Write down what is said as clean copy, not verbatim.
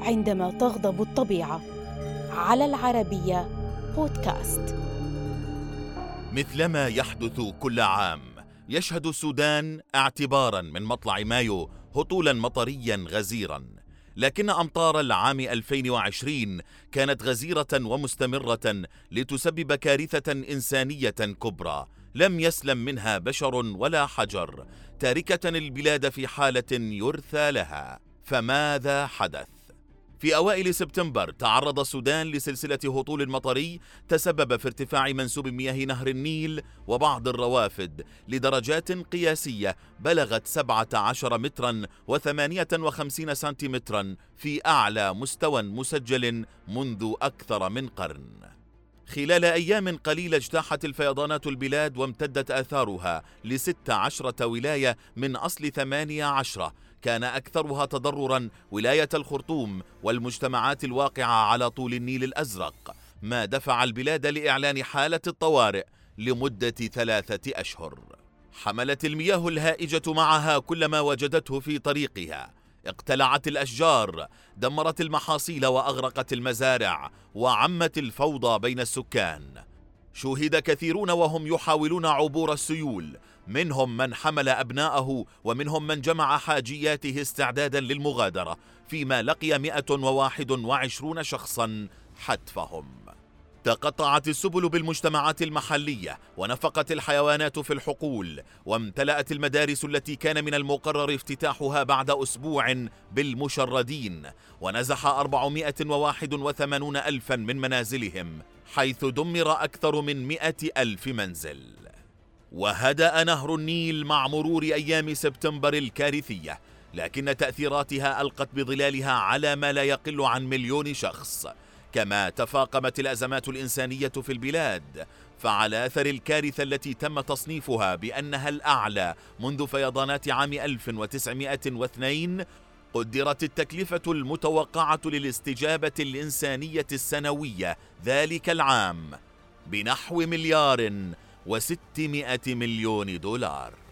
عندما تغضب الطبيعة. على العربية بودكاست. مثلما يحدث كل عام، يشهد السودان اعتباراً من مطلع مايو هطولاً مطرياً غزيراً، لكن أمطار العام 2020 كانت غزيرة ومستمرة لتسبب كارثة إنسانية كبرى لم يسلم منها بشر ولا حجر، تاركة البلاد في حالة يرثى لها. فماذا حدث؟ في أوائل سبتمبر تعرض السودان لسلسلة هطول مطري تسبب في ارتفاع منسوب مياه نهر النيل وبعض الروافد لدرجات قياسية بلغت 17 مترا و58 سنتيمترا في أعلى مستوى مسجل منذ أكثر من قرن. خلال أيام قليلة اجتاحت الفيضانات البلاد وامتدت آثارها ل16 ولاية من أصل 18، كان أكثرها تضرراً ولاية الخرطوم والمجتمعات الواقعة على طول النيل الأزرق، ما دفع البلاد لإعلان حالة الطوارئ لمدة 3 أشهر. حملت المياه الهائجة معها كل ما وجدته في طريقها، اقتلعت الأشجار، دمرت المحاصيل وأغرقت المزارع، وعمت الفوضى بين السكان. شوهد كثيرون وهم يحاولون عبور السيول، منهم من حمل أبناءه ومنهم من جمع حاجياته استعدادا للمغادرة، فيما لقي 121 شخصا حتفهم. تقطعت السبل بالمجتمعات المحلية، ونفقت الحيوانات في الحقول، وامتلأت المدارس التي كان من المقرر افتتاحها بعد أسبوع بالمشردين، ونزح 481 ألفا من منازلهم، حيث دمر أكثر من 100 ألف منزل. وهدأ نهر النيل مع مرور أيام سبتمبر الكارثية، لكن تأثيراتها ألقت بظلالها على ما لا يقل عن 1,000,000 شخص. كما تفاقمت الأزمات الإنسانية في البلاد، فعلى أثر الكارثة التي تم تصنيفها بأنها الأعلى منذ فيضانات عام 1902، قدرت التكلفة المتوقعة للاستجابة الإنسانية السنوية ذلك العام بنحو $1,600,000,000.